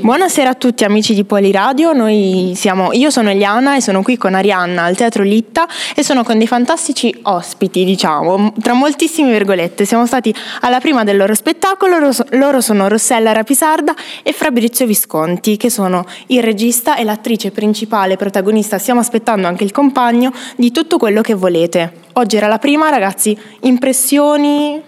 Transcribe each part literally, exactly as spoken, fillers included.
Buonasera a tutti amici di Poliradio, noi siamo, io sono Eliana e sono qui con Arianna al Teatro Litta e sono con dei fantastici ospiti, diciamo, tra moltissime virgolette. Siamo stati alla prima del loro spettacolo, loro, loro sono Rossella Rapisarda e Fabrizio Visconti, che sono il regista e l'attrice principale, protagonista, stiamo aspettando anche il compagno, di Tutto quello che volete. Oggi era la prima, ragazzi, impressioni...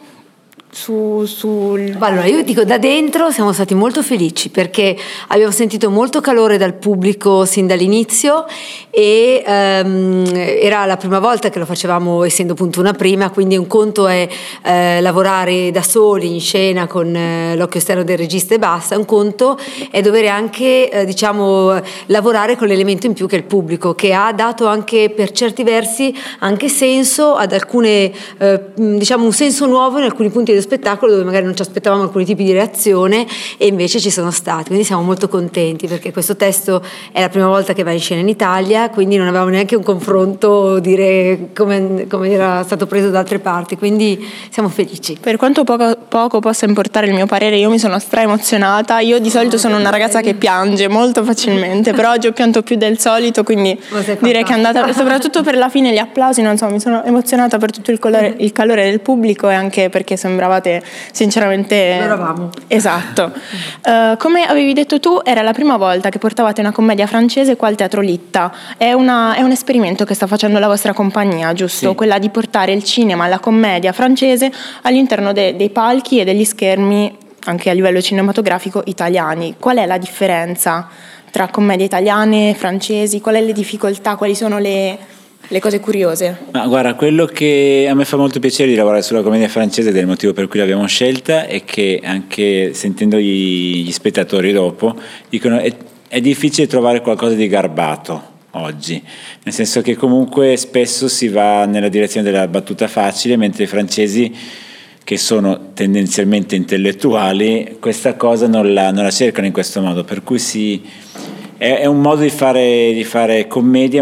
Su, sul... Allora, io dico, da dentro siamo stati molto felici perché abbiamo sentito molto calore dal pubblico sin dall'inizio e um, era la prima volta che lo facevamo, essendo appunto una prima, quindi un conto è eh, lavorare da soli in scena con eh, l'occhio esterno del regista e basta, un conto è dover anche eh, diciamo lavorare con l'elemento in più che è il pubblico, che ha dato anche per certi versi anche senso ad alcune eh, diciamo un senso nuovo in alcuni punti dello spettacolo dove magari non ci aspettavamo alcuni tipi di reazione e invece ci sono stati, quindi siamo molto contenti perché questo testo è la prima volta che va in scena in Italia, quindi non avevamo neanche un confronto, dire come, come era stato preso da altre parti, quindi siamo felici. Per quanto poco, poco possa importare il mio parere, io mi sono stra emozionata. Io di solito sono una ragazza che piange molto facilmente, però oggi ho pianto più del solito, quindi direi che è andata, soprattutto per la fine, gli applausi, non so, mi sono emozionata per tutto il calore, il calore del pubblico e anche perché sembravate sinceramente lo eravamo. Esatto. Uh, come avevi detto tu, era la prima volta che portavate una commedia francese qua al Teatro Litta. È, una, è un esperimento che sta facendo la vostra compagnia, giusto? Sì. Quella di portare il cinema, la commedia francese all'interno de, dei palchi e degli schermi anche a livello cinematografico italiani. Qual è la differenza tra commedie italiane e francesi? Qual è le difficoltà? Quali sono le Le cose curiose? Ma guarda, quello che a me fa molto piacere di lavorare sulla commedia francese, ed è il motivo per cui l'abbiamo scelta, è che anche sentendo gli, gli spettatori dopo dicono è, è difficile trovare qualcosa di garbato oggi, nel senso che comunque spesso si va nella direzione della battuta facile, mentre i francesi, che sono tendenzialmente intellettuali, questa cosa non la, non la cercano in questo modo, per cui si... È un modo di fare, di fare commedia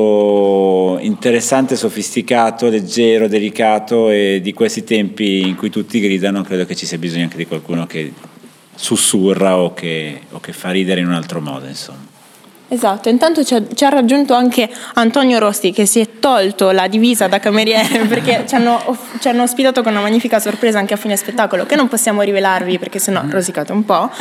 molto interessante, sofisticato, leggero, delicato, e di questi tempi in cui tutti gridano credo che ci sia bisogno anche di qualcuno che sussurra o che, o che fa ridere in un altro modo, insomma. Esatto, intanto ci ha, ci ha raggiunto anche Antonio Rosti, che si è tolto la divisa da cameriere perché ci hanno, ci hanno ospitato con una magnifica sorpresa anche a fine spettacolo che non possiamo rivelarvi perché sennò rosicate un po'.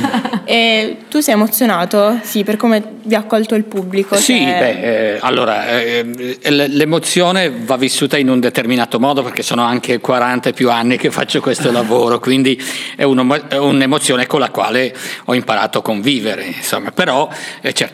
E tu sei emozionato? Sì, per come vi ha accolto il pubblico? Sì, cioè... beh, eh, allora eh, l'emozione va vissuta in un determinato modo perché sono anche quaranta e più anni che faccio questo lavoro, quindi è, uno, è un'emozione con la quale ho imparato a convivere, insomma, però eh, certamente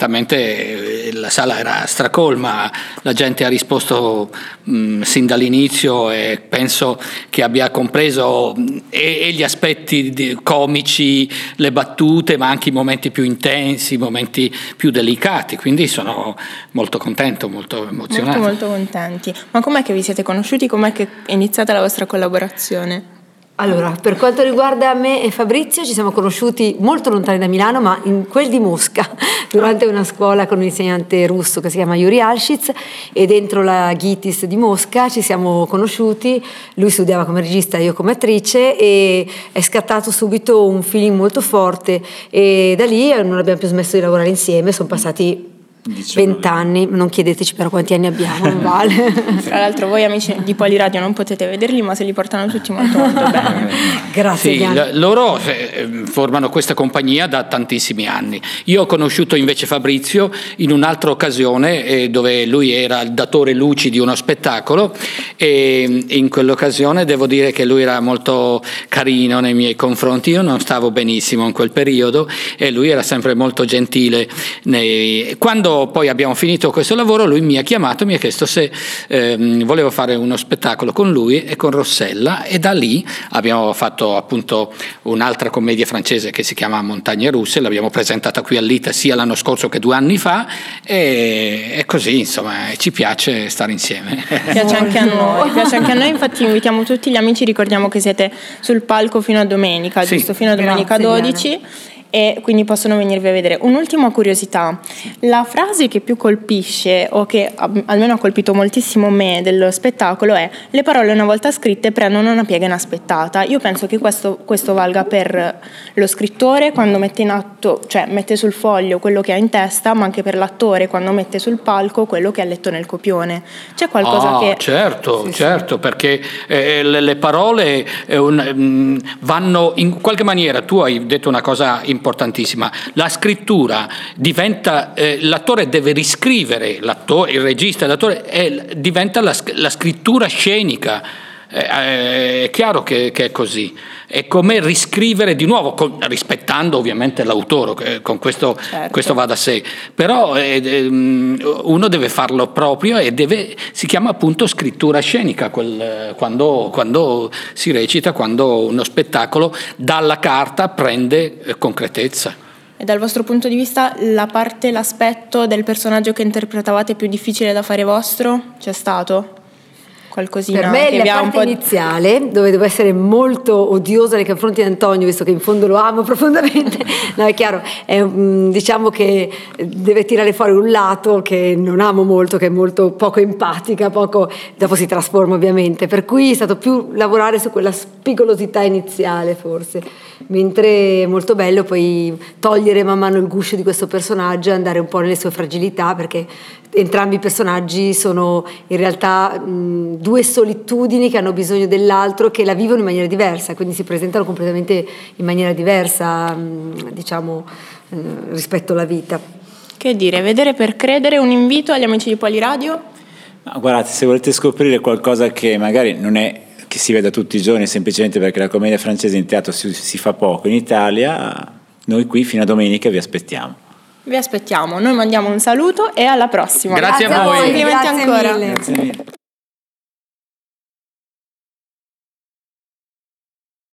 la sala era stracolma, la gente ha risposto mh, sin dall'inizio e penso che abbia compreso e, e gli aspetti di, comici, le battute, ma anche i momenti più intensi, i momenti più delicati, quindi sono molto contento, molto emozionato. Molto molto contenti. Ma com'è che vi siete conosciuti? Com'è che è iniziata la vostra collaborazione? Allora, per quanto riguarda me e Fabrizio, ci siamo conosciuti molto lontani da Milano, ma in quel di Mosca, durante una scuola con un insegnante russo che si chiama Yuri Alshitz, e dentro la Gitis di Mosca ci siamo conosciuti. Lui studiava come regista, io come attrice, e è scattato subito un feeling molto forte, e da lì non abbiamo più smesso di lavorare insieme. Sono passati vent'anni, non chiedeteci però quanti anni abbiamo, non vale. Tra l'altro voi amici di Poliradio non potete vederli, ma se li portano tutti molto molto bene. Grazie. Sì, l- loro eh, formano questa compagnia da tantissimi anni. Io ho conosciuto invece Fabrizio in un'altra occasione eh, dove lui era il datore luci di uno spettacolo, e in quell'occasione devo dire che lui era molto carino nei miei confronti. Io non stavo benissimo in quel periodo e lui era sempre molto gentile nei... Quando poi abbiamo finito questo lavoro, lui mi ha chiamato e mi ha chiesto se ehm, volevo fare uno spettacolo con lui e con Rossella, e da lì abbiamo fatto appunto un'altra commedia francese che si chiama Montagne Russe, l'abbiamo presentata qui all'Ita sia l'anno scorso che due anni fa, e, e così insomma ci piace stare insieme. Piace anche a noi, piace anche a noi, infatti invitiamo tutti gli amici, ricordiamo che siete sul palco fino a domenica, sì, giusto? Fino a domenica grazie, dodici. Diana. e quindi possono venirvi a vedere. Un'ultima curiosità, la frase che più colpisce o che almeno ha colpito moltissimo me dello spettacolo è: le parole una volta scritte prendono una piega inaspettata. Io penso che questo, questo valga per lo scrittore quando mette in atto, cioè mette sul foglio quello che ha in testa, ma anche per l'attore quando mette sul palco quello che ha letto nel copione. C'è qualcosa ah, che... certo, sì, certo, sì. perché eh, le, le parole eh, un, mh, vanno in qualche maniera, tu hai detto una cosa importantissima, la scrittura diventa, eh, l'attore deve riscrivere, l'attore, il regista, l'attore, eh, diventa la, la scrittura scenica. È chiaro che, che è così, è come riscrivere di nuovo, con, rispettando ovviamente l'autore, con questo, certo. questo va da sé, però eh, uno deve farlo proprio e deve, si chiama appunto scrittura scenica quel, quando, quando si recita, quando uno spettacolo dalla carta prende concretezza. E dal vostro punto di vista la parte, l'aspetto del personaggio che interpretavate più difficile da fare vostro c'è stato? Qualcosina per me che la vi ha parte un po' iniziale, dove devo essere molto odiosa nei confronti di Antonio, visto che in fondo lo amo profondamente. No, è chiaro, è, diciamo che deve tirare fuori un lato che non amo molto, che è molto poco empatica, poco, dopo si trasforma ovviamente, per cui è stato più lavorare su quella spigolosità iniziale forse, mentre è molto bello poi togliere man mano il guscio di questo personaggio e andare un po' nelle sue fragilità, perché entrambi i personaggi sono in realtà mh, due solitudini che hanno bisogno dell'altro, che la vivono in maniera diversa, quindi si presentano completamente in maniera diversa, mh, diciamo, eh, rispetto alla vita. Che dire, vedere per credere, un invito agli amici di Poliradio? Ma guardate, se volete scoprire qualcosa che magari non è che si veda tutti i giorni, semplicemente perché la commedia francese in teatro si, si fa poco in Italia, noi qui fino a domenica vi aspettiamo. Vi aspettiamo, noi mandiamo un saluto e alla prossima. Grazie, grazie a voi. Complimenti Grazie ancora. mille. Grazie mille.